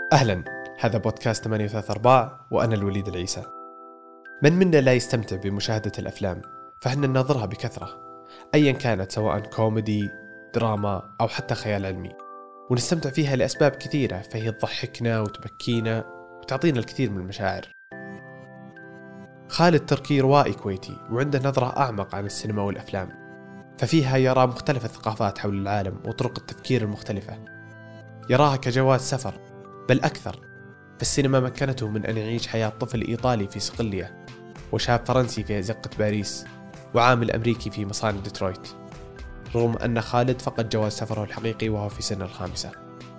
أهلا، هذا بودكاست 834 وأنا الوليد العيسى. من منا لا يستمتع بمشاهدة الأفلام؟ فهنا ننظرها بكثرة أيا كانت، سواء كوميدي، دراما أو حتى خيال علمي، ونستمتع فيها لأسباب كثيرة، فهي تضحكنا وتبكينا وتعطينا الكثير من المشاعر. خالد تركي روائي كويتي وعنده نظرة أعمق عن السينما والأفلام، ففيها يرى مختلف الثقافات حول العالم وطرق التفكير المختلفة، يراها كجواز سفر، بل أكثر. فالسينما مكنته من أن يعيش حياة طفل إيطالي في صقلية، وشاب فرنسي في أزقة باريس، وعامل أمريكي في مصانع ديترويت، رغم أن خالد فقد جواز سفره الحقيقي وهو في سن 5.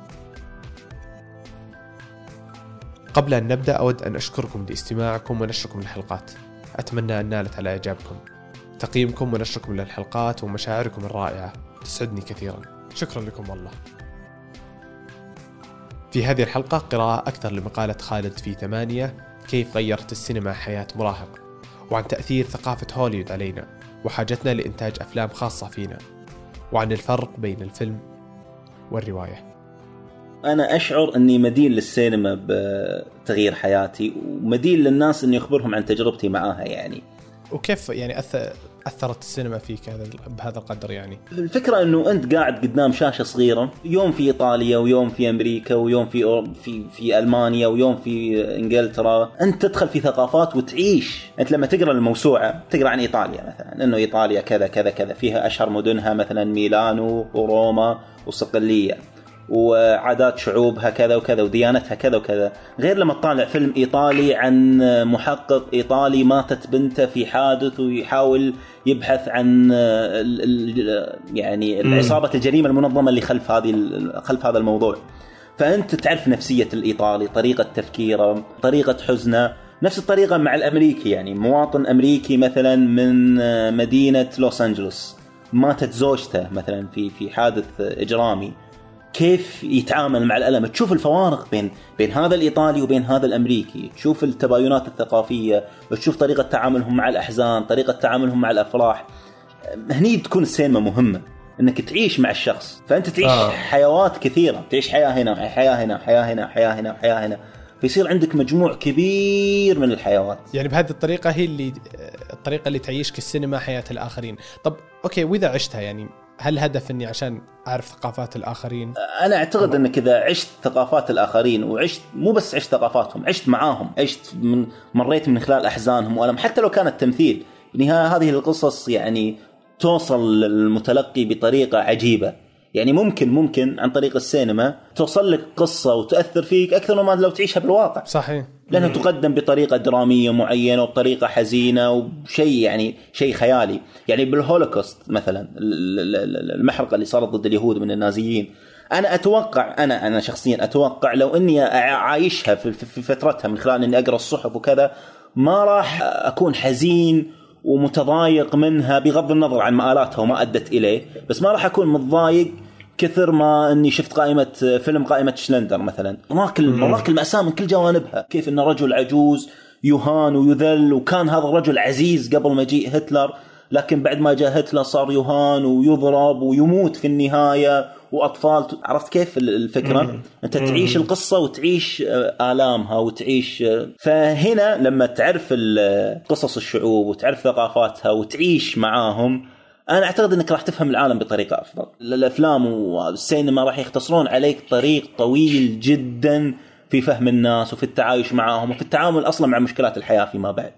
قبل أن نبدأ أود أن أشكركم لاستماعكم ونشركم للحلقات. أتمنى أن نالت على إعجابكم. تقييمكم ونشركم للحلقات ومشاعركم الرائعة تسعدني كثيرا، شكرا لكم والله. في هذه الحلقة قراءة أكثر لمقالة خالد في 8 كيف غيرت السينما حياة مراهق، وعن تأثير ثقافة هوليوود علينا وحاجتنا لإنتاج أفلام خاصة فينا، وعن الفرق بين الفيلم والرواية. أنا أشعر أني مدين للسينما بتغيير حياتي، ومدين للناس أني أخبرهم عن تجربتي معاها يعني. وكيف يعني أثرت السينما فيك بهذا القدر؟ يعني الفكرة أنه أنت قاعد قدام شاشة صغيرة، يوم في إيطاليا ويوم في أمريكا ويوم في ألمانيا ويوم في إنجلترا، أنت تدخل في ثقافات وتعيش. أنت لما تقرأ الموسوعة تقرأ عن إيطاليا مثلا، أنه إيطاليا كذا كذا كذا، فيها أشهر مدنها مثلا ميلانو وروما وصقلية، وعادات شعوبها كذا وكذا، وديانتها كذا وكذا. غير لما تطالع فيلم إيطالي عن محقق إيطالي ماتت بنته في حادث ويحاول يبحث عن يعني العصابة الجريمة المنظمة اللي خلف هذا الموضوع، فأنت تعرف نفسية الإيطالي، طريقة تفكيره، طريقة حزنه. نفس الطريقة مع الأمريكي، يعني مواطن أمريكي مثلا من مدينة لوس أنجلوس ماتت زوجته مثلا في حادث إجرامي، كيف يتعامل مع الألم. تشوف الفوارق بين هذا الإيطالي وبين هذا الأمريكي، تشوف التباينات الثقافية، وتشوف طريقة تعاملهم مع الأحزان، طريقة تعاملهم مع الأفراح. هني تكون السينما مهمة، أنك تعيش مع الشخص، فأنت تعيش حيوات كثيرة، تعيش حياة هنا حياة هنا حياة هنا حياة هنا حياة هنا، فيصير عندك مجموع كبير من الحيوات. يعني بهذه الطريقة هي الطريقة اللي تعيشك السينما حياة الآخرين. طب أوكي، وإذا عشتها يعني هل هدف أني عشان أعرف ثقافات الآخرين؟ أنا أعتقد أنك إذا عشت ثقافات الآخرين، وعشت مو بس عشت ثقافاتهم، عشت معاهم، مريت من خلال أحزانهم وألم، حتى لو كانت تمثيل، بنهاية هذه القصص يعني توصل للمتلقي بطريقة عجيبة. يعني ممكن عن طريق السينما توصل لك قصة وتأثر فيك أكثر مما لو تعيشها بالواقع. صحيح، لأنها تقدم بطريقة درامية معينة وبطريقة حزينة وشيء يعني شيء خيالي. يعني بالهولوكوست مثلا، المحرقة اللي صارت ضد اليهود من النازيين، أنا أتوقع، أنا شخصيا أتوقع لو أني أعيشها في فترتها من خلال أني أقرأ الصحف وكذا، ما راح أكون حزين ومتضايق منها، بغض النظر عن مآلاتها وما أدت إليه، بس ما راح أكون متضايق كثر ما أني شفت قائمة شلندر مثلا. مراك المأساة من كل جوانبها، كيف أن رجل عجوز يهان ويذل، وكان هذا الرجل عزيز قبل ما يجي هتلر، لكن بعد ما جاء هتلر صار يهان ويضرب ويموت في النهاية، وأطفال. عرفت كيف الفكرة؟ أنت تعيش القصة وتعيش آلامها وتعيش. فهنا لما تعرف قصص الشعوب وتعرف ثقافاتها وتعيش معاهم، أنا أعتقد أنك راح تفهم العالم بطريقة أفضل. الأفلام والسينما راح يختصرون عليك طريق طويل جدا في فهم الناس وفي التعايش معاهم وفي التعامل أصلا مع مشكلات الحياة فيما بعد.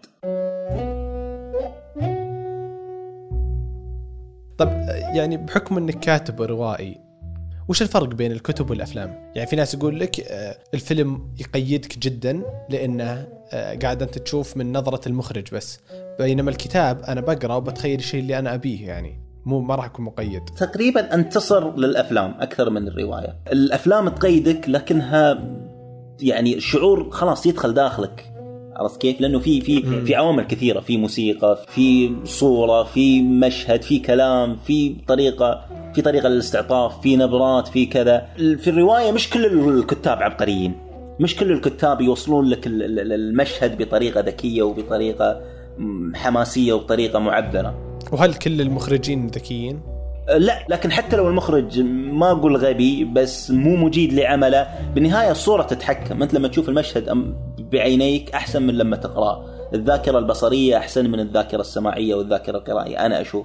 طب يعني بحكم أنك كاتب روائي، وش الفرق بين الكتب والأفلام؟ يعني في ناس يقول لك الفيلم يقيدك جدا لأنه قاعد أنت تشوف من نظرة المخرج بس، بينما الكتاب أنا بقرأ وبتخيل الشيء اللي أنا أبيه، يعني ما راح أكون مقيد. تقريبا انتصر للأفلام أكثر من الرواية. الأفلام تقيدك لكنها يعني الشعور خلاص يدخل داخلك، عرفت كيف؟ لأنه في عوامل كثيرة، في موسيقى، في صورة، في مشهد، في كلام، في طريقة للاستعطاف، في نبرات، في كذا. في الرواية مش كل الكتاب عبقريين، مش كل الكتاب يوصلون لك المشهد بطريقة ذكية وبطريقة حماسية وبطريقة معبرة. وهل كل المخرجين ذكيين؟ لا، لكن حتى لو المخرج ما أقول غبي بس مو مجيد لعمله، بالنهاية الصورة تتحكم. أنت لما تشوف المشهد بعينيك أحسن من لما تقرأ. الذاكرة البصرية أحسن من الذاكرة السماعية والذاكرة القرائية أنا أشوف.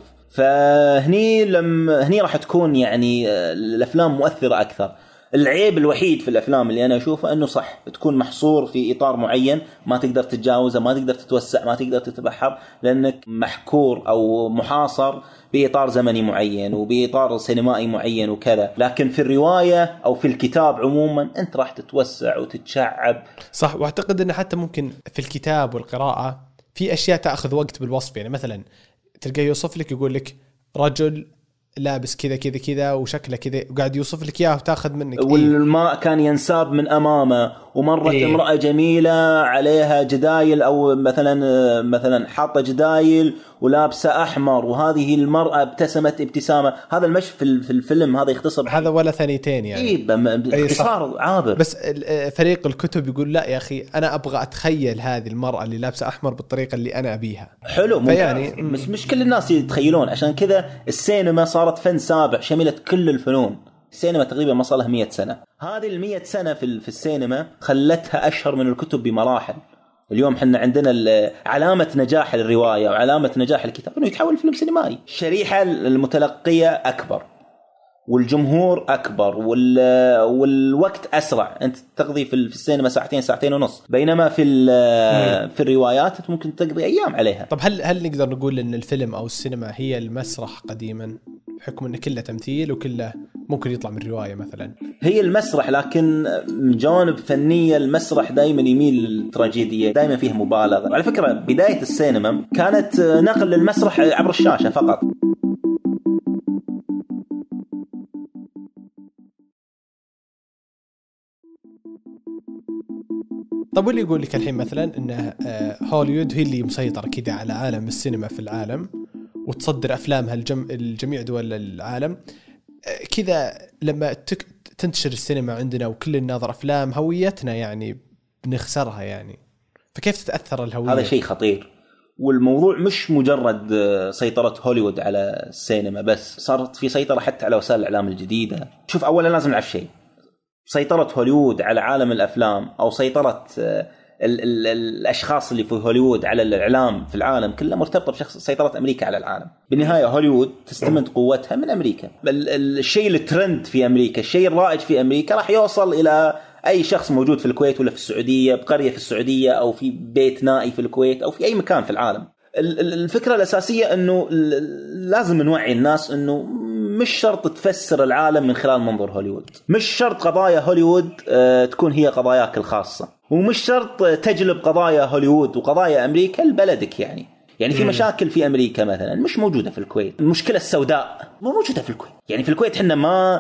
هني راح تكون يعني الأفلام مؤثرة أكثر. العيب الوحيد في الأفلام اللي أنا أشوفه أنه صح تكون محصور في إطار معين، ما تقدر تتجاوزه، ما تقدر تتوسع، ما تقدر تتبحر، لأنك محكور أو محاصر بإطار زمني معين وبإطار سينمائي معين وكذا. لكن في الرواية أو في الكتاب عموما أنت راح تتوسع وتتشعب. صح. وأعتقد أنه حتى ممكن في الكتاب والقراءة في أشياء تأخذ وقت بالوصف. يعني مثلا تلقى يوصف لك، يقول لك رجل لابس كذا كذا كذا وشكله كذا، وقاعد يوصف لك اياه وتاخذ منك. والماء كان ينساب من امامه، ومرت امراه جميله عليها جدايل، او مثلا حاطه جدايل ولابسه احمر، وهذه المراه ابتسمت ابتسامه. هذا المشي في الفيلم هذا يختصر هذا ولا ثانيتين يعني اختصار عابر. بس فريق الكتب يقول لا يا اخي انا ابغى اتخيل هذه المراه اللي لابسه احمر بالطريقه اللي انا ابيها. حلو يعني مش كل الناس يتخيلون. عشان كذا السينما صارت فن سابع شملت كل الفنون. السينما تقريبا ما صار لها 100 سنة. هذه 100 سنة في السينما خلتها أشهر من الكتب بمراحل. اليوم حنا عندنا علامة نجاح الرواية وعلامة نجاح الكتاب إنه يتحول فيلم سينمائي. الشريحة المتلقية أكبر والجمهور أكبر والوقت أسرع. أنت تقضي في السينما ساعتين ساعتين ونص، بينما في الروايات ممكن تقضي أيام عليها. طب هل نقدر نقول إن الفيلم أو السينما هي المسرح قديما، بحكم إن كله تمثيل وكله ممكن يطلع من رواية مثلا؟ هي المسرح، لكن من جوانب فنية المسرح دائما يميل للتراجيدية، دائما فيه مبالغة. على فكرة بداية السينما كانت نقل للمسرح عبر الشاشة فقط. طب واللي يقول لك الحين مثلا إن هوليوود هي اللي مسيطرة كده على عالم السينما في العالم وتصدر أفلامها الجميع دول العالم كذا، لما تنتشر السينما عندنا وكل الناظر أفلام هويتنا يعني بنخسرها يعني، فكيف تتأثر الهوية؟ هذا شيء خطير. والموضوع مش مجرد سيطرة هوليوود على السينما بس، صارت في سيطرة حتى على وسائل الإعلام الجديدة. شوف، أولا لازم نعرف شيء: سيطرة هوليوود على عالم الأفلام أو سيطرة الأشخاص اللي في هوليوود على الإعلام في العالم كله مرتبطة بشخص سيطرة أمريكا على العالم. بالنهاية هوليوود تستمد قوتها من أمريكا. الشيء الترند في أمريكا، الشيء الرائج في أمريكا راح يوصل إلى أي شخص موجود في الكويت ولا في السعودية، بقرية في السعودية أو في بيت نائي في الكويت أو في أي مكان في العالم. الفكرة الأساسية أنه لازم نوعي الناس أنه مش شرط تفسر العالم من خلال منظور هوليوود، مش شرط قضايا هوليوود تكون هي قضاياك الخاصة، ومش شرط تجلب قضايا هوليوود وقضايا أمريكا لبلدك. يعني في مشاكل في أمريكا مثلا مش موجودة في الكويت. المشكلة السوداء مو موجودة في الكويت. يعني في الكويت حنا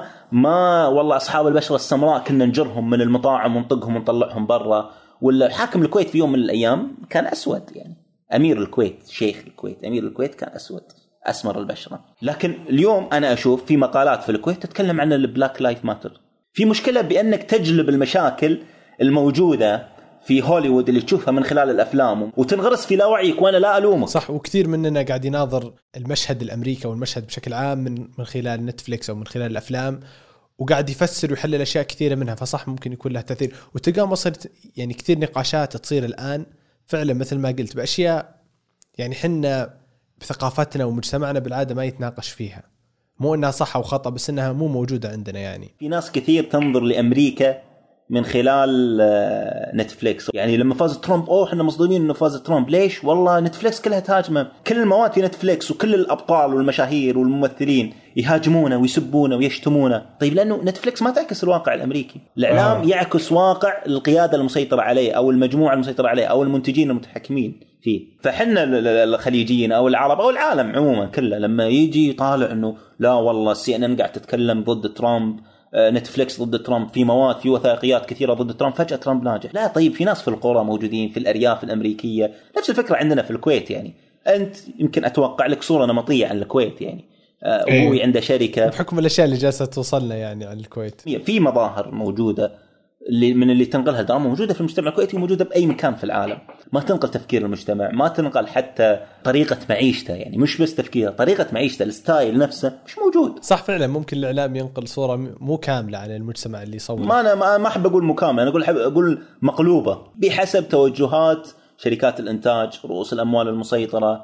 ما والله أصحاب البشرة السمراء كنا نجرهم من المطاعم ونطقهم ونطلعهم برا. ولا حاكم الكويت في يوم من الأيام كان أسود، يعني أمير الكويت، شيخ الكويت، أمير الكويت كان أسود أسمر البشرة. لكن اليوم أنا أشوف في مقالات في الكويت تتكلم عن البلاك لايف ماتر. في مشكلة بأنك تجلب المشاكل الموجودة في هوليوود اللي تشوفها من خلال الأفلام وتنغرس في لا وعيك، وأنا لا ألومك. صح. وكثير مننا قاعد يناظر المشهد الأمريكي والمشهد بشكل عام من خلال نتفليكس أو من خلال الأفلام، وقاعد يفسر ويحلل أشياء كثيرة منها. فصح ممكن يكون لها تأثير، وتلقى مصرت يعني كثير نقاشات تصير الآن فعلا مثل ما قلت بأشياء يعني حنا بثقافتنا ومجتمعنا بالعادة ما يتناقش فيها. مو إنها صح أو خطأ، بس إنها مو موجودة عندنا. يعني في ناس كثير تنظر لأمريكا من خلال نتفليكس. يعني لما فاز ترامب احنا مصدومين انه فاز ترامب. ليش؟ والله نتفليكس كلها تهاجمه، كل المواد في نتفليكس وكل الابطال والمشاهير والممثلين يهاجمونه ويسبونه ويشتمونه. طيب لانه نتفليكس ما تعكس الواقع الامريكي. الاعلام يعكس واقع القياده المسيطره عليه او المجموعه المسيطره عليه او المنتجين المتحكمين فيه. فحنا الخليجيين او العرب او العالم عموما كله لما يجي يطالع انه لا والله CNN قاعد تتكلم ضد ترامب، نتفليكس ضد ترامب، في مواد في وثائقيات كثيرة ضد ترامب، فجأة ترامب ناجح. لا، طيب في ناس في القرى موجودين في الأرياف الأمريكية. نفس الفكرة عندنا في الكويت. يعني أنت يمكن أتوقع لك صورة نمطية عن الكويت. يعني أبوي عنده شركة بحكم الأشياء اللي جالسة توصلنا يعني عن الكويت. في مظاهر موجودة اللي تنقلها الدراما موجودة في المجتمع الكويتي وموجودة بأي مكان في العالم. ما تنقل تفكير المجتمع، ما تنقل حتى طريقة معيشته، يعني مش بس تفكير، طريقة معيشته، الستايل نفسه مش موجود. صح فعلا، ممكن الإعلام ينقل صورة مو كاملة عن المجتمع اللي يصور. أنا ما أحب أقول مكاملة، أنا أقول مقلوبة بحسب توجهات شركات الإنتاج، رؤوس الأموال المسيطرة.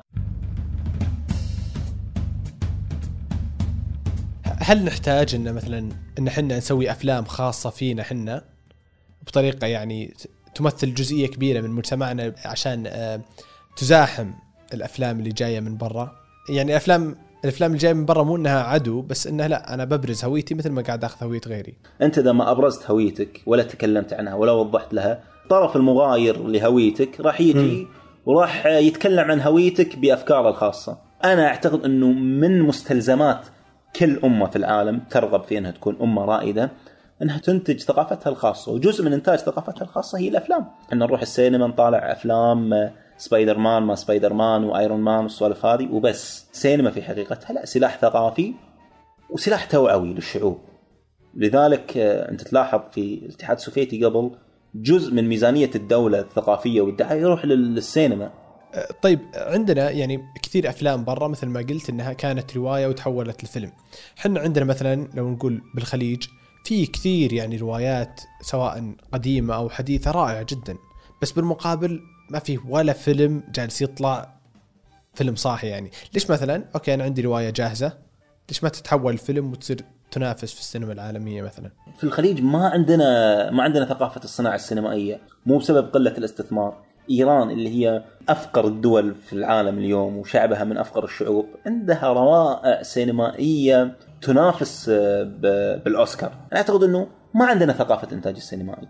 هل نحتاج إن مثلا إن حنا نسوي أفلام خاصة فينا حنا بطريقة يعني تمثل جزئية كبيرة من مجتمعنا عشان تزاحم الأفلام اللي جاية من برا؟ يعني الأفلام اللي جاية من برا مو إنها عدو، بس إنها لا، أنا ببرز هويتي مثل ما قاعد أخذ هوية غيري. أنت إذا ما أبرزت هويتك ولا تكلمت عنها ولا وضحت لها، الطرف المغاير لهويتك راح يجي وراح يتكلم عن هويتك بأفكاره الخاصة. أنا أعتقد أنه من مستلزمات كل أمة في العالم ترغب في أنها تكون أمة رائدة أنها تنتج ثقافتها الخاصة، وجزء من إنتاج ثقافتها الخاصة هي الأفلام. أن نروح السينما نطالع أفلام سبايدر مان ما سبايدر مان وآيرون مان والسوالف هذه وبس. سينما في حقيقتها لا، سلاح ثقافي وسلاح توعوي للشعوب. لذلك أنت تلاحظ في الاتحاد السوفيتي قبل جزء من ميزانية الدولة الثقافية والدعاية يروح للسينما. طيب عندنا يعني كثير أفلام برا مثل ما قلت إنها كانت رواية وتحولت لفيلم. حنا عندنا مثلا لو نقول بالخليج في كثير يعني روايات سواء قديمة أو حديثة رائعة جدا، بس بالمقابل ما فيه ولا فيلم جالس يطلع فيلم صاحي. يعني ليش مثلا أوكي أنا عندي رواية جاهزة، ليش ما تتحول فيلم وتصير تنافس في السينما العالمية مثلا؟ في الخليج ما عندنا ثقافة الصناعة السينمائية، مو بسبب قلة الاستثمار. إيران اللي هي أفقر الدول في العالم اليوم وشعبها من أفقر الشعوب عندها روائع سينمائية تنافس بالأوسكار. أنا أعتقد أنه ما عندنا ثقافة إنتاج السينمائي.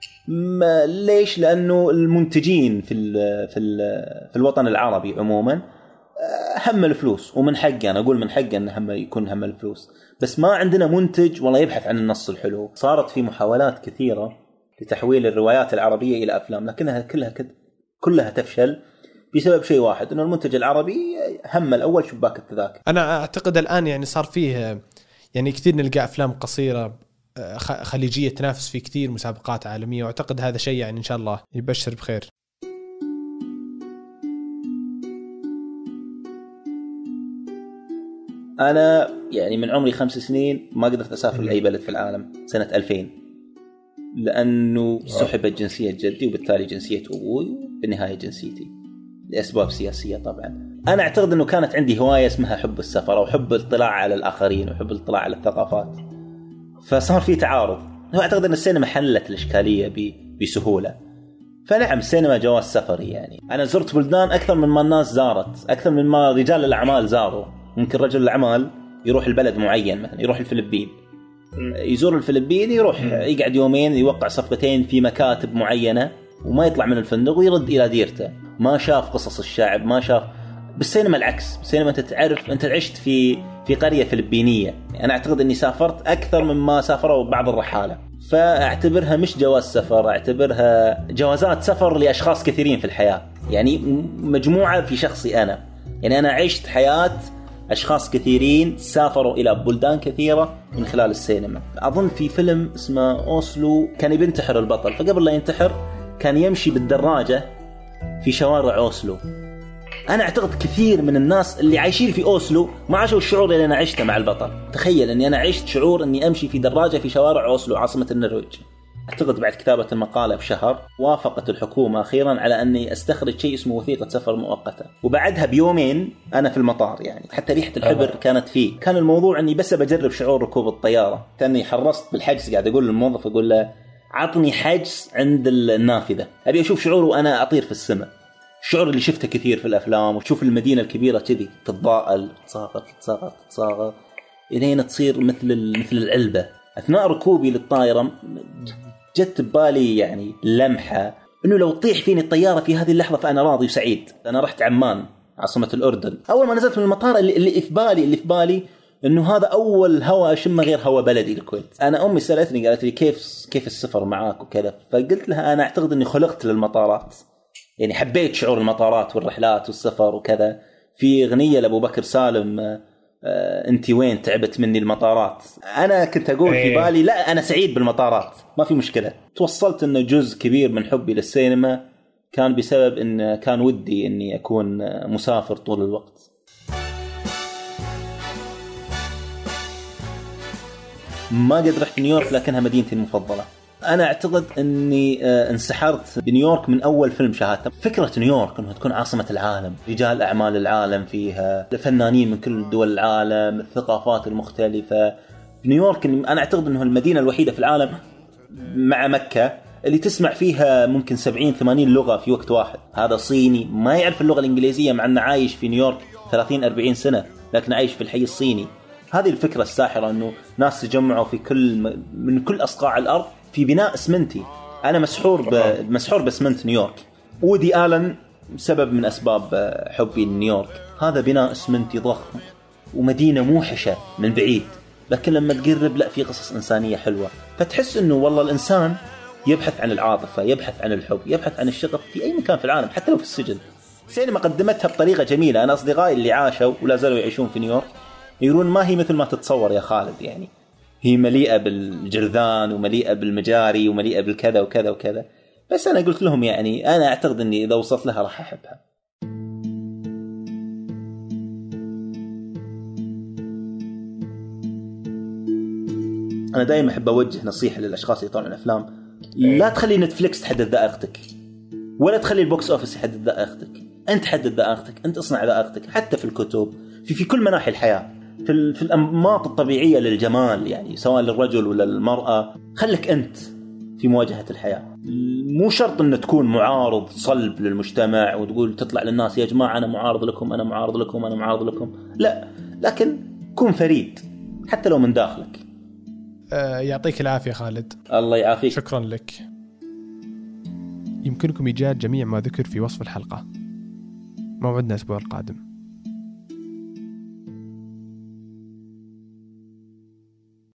ليش؟ لأنه المنتجين في الوطن العربي عموما هم الفلوس، ومن حقي أنا أقول من حقي أن يكون هم الفلوس، بس ما عندنا منتج والله يبحث عن النص الحلو. صارت في محاولات كثيرة لتحويل الروايات العربية إلى أفلام، لكنها كلها تفشل بسبب شيء واحد، إنه المنتج العربي هم الأول شباك التذاكر. أنا أعتقد الآن يعني صار فيه يعني كثير نلقى أفلام قصيرة خليجية تنافس في كثير مسابقات عالمية، وأعتقد هذا شيء يعني إن شاء الله يبشر بخير. أنا يعني من عمري 5 سنين ما قدرت أسافر لأي بلد في العالم سنة 2000 لأنه سحبت جنسية جدي وبالتالي جنسية أبوي وبالنهاية جنسيتي لأسباب سياسية. طبعا أنا أعتقد أنه كانت عندي هواية اسمها حب السفر أو حب الاطلاع على الآخرين وحب الاطلاع على الثقافات، فصار في تعارض. أعتقد أن السينما حلت الإشكالية بسهولة. فنعم السينما جواز سفري، يعني أنا زرت بلدان أكثر من ما الناس زارت، أكثر من ما رجال الأعمال زاروا. ممكن رجل الأعمال يروح البلد معين، مثلا يروح الفلبين، يزور الفلبين، يروح يقعد يومين، يوقع صفقتين في مكاتب معينة وما يطلع من الفندق ويرد إلى ديرته. ما شاف قصص الشعب، ما شاف. بالسينما العكس، بالسينما أنت تعرف، أنت عشت في قرية فلبينية. يعني أنا أعتقد أني سافرت أكثر مما سافروا بعض الرحالة، فأعتبرها مش جواز سفر، أعتبرها جوازات سفر لأشخاص كثيرين في الحياة، يعني مجموعة في شخصي أنا. يعني أنا عشت حياة أشخاص كثيرين سافروا إلى بلدان كثيرة من خلال السينما. أظن في فيلم اسمه أوسلو كان ينتحر البطل، فقبل لا ينتحر كان يمشي بالدراجة في شوارع أوسلو. أنا أعتقد كثير من الناس اللي عايشين في أوسلو ما عاشوا الشعور اللي أنا عشته مع البطل. تخيل أني أنا عشت شعور أني أمشي في دراجة في شوارع أوسلو عاصمة النرويج. أعتقد بعد كتابة المقالة بشهر وافقت الحكومة أخيرا على أني أستخرج شيء اسمه وثيقة سفر مؤقتة، وبعدها بيومين أنا في المطار. يعني حتى ريحة الحبر كانت فيه. كان الموضوع أني بس بجرب شعور ركوب الطيارة. كأني حرصت بالحجز، قاعد أقول للموظف، أقول له عطني حجز عند النافذة، أبي أشوف شعور وأنا أطير في السماء. الشعور اللي شفته كثير في الأفلام، وتشوف المدينة الكبيرة كذي تتضاءل، تتصاغر إلين تصير مثل العلبة. أثناء ركوبي للطائرة جت ببالي يعني لمحة إنه لو تطيح فيني الطيارة في هذه اللحظة فأنا راضي وسعيد. أنا رحت عمان عاصمة الأردن، أول ما نزلت من المطار اللي في بالي إنه هذا أول هواء أشمه غير هواء بلدي الكويت. أنا أمي سألتني قالت لي كيف السفر معاك وكذا، فقلت لها أنا أعتقد إني خلقت للمطارات، يعني حبيت شعور المطارات والرحلات والسفر وكذا. في أغنية لأبو بكر سالم انت وين تعبت مني المطارات. انا كنت اقول في بالي لا انا سعيد بالمطارات ما في مشكله. توصلت انه جزء كبير من حبي للسينما كان بسبب ان كان ودي اني اكون مسافر طول الوقت. ما قد رحت نيويورك لكنها مدينتي المفضله. أنا أعتقد أني انسحرت بنيويورك من أول فيلم شاهدته. فكرة نيويورك أنها تكون عاصمة العالم، رجال أعمال العالم فيها، فنانين من كل دول العالم، الثقافات المختلفة. نيويورك أنا أعتقد أنه المدينة الوحيدة في العالم مع مكة اللي تسمع فيها ممكن 70-80 لغة في وقت واحد. هذا صيني ما يعرف اللغة الإنجليزية مع أنه عايش في نيويورك 30-40 سنة لكن عايش في الحي الصيني. هذه الفكرة الساحرة أنه ناس تجمعوا في من كل أصقاع الأرض في بناء اسمنتي. أنا مسحور باسمنت نيويورك. وودي آلن سبب من أسباب حبي لنيويورك. هذا بناء اسمنتي ضخم ومدينة موحشة من بعيد لكن لما تقرب لا في قصص إنسانية حلوة. فتحس أنه والله الإنسان يبحث عن العاطفة، يبحث عن الحب، يبحث عن الشغف في أي مكان في العالم حتى لو في السجن. السينما قدمتها بطريقة جميلة. أنا أصدقائي اللي عاشوا ولا زالوا يعيشون في نيويورك يقولون ما هي مثل ما تتصور يا خالد. يعني هي مليئة بالجرذان ومليئة بالمجاري ومليئة بالكذا وكذا وكذا. بس أنا قلت لهم يعني أنا أعتقد أني إذا وصلت لها راح أحبها. أنا دائما أحب أوجه نصيحة للأشخاص اللي يطلعون أفلام: لا تخلي نتفليكس تحدد ذائقتك ولا تخلي البوكس أوفيس يحدد ذائقتك. أنت حدد ذائقتك، أنت اصنع ذائقتك. حتى في الكتب، في كل مناحي الحياة، في الأنماط الطبيعية للجمال، يعني سواء للرجل ولا للمرأة. خلك أنت في مواجهة الحياة. مو شرط أن تكون معارض صلب للمجتمع وتقول تطلع للناس يا جماعة أنا معارض لكم أنا معارض لكم أنا معارض لكم. لا، لكن كن فريد حتى لو من داخلك. يعطيك العافية خالد. الله يعافيك. شكرا لك. يمكنكم إيجاد جميع ما ذكر في وصف الحلقة. موعدنا الأسبوع القادم.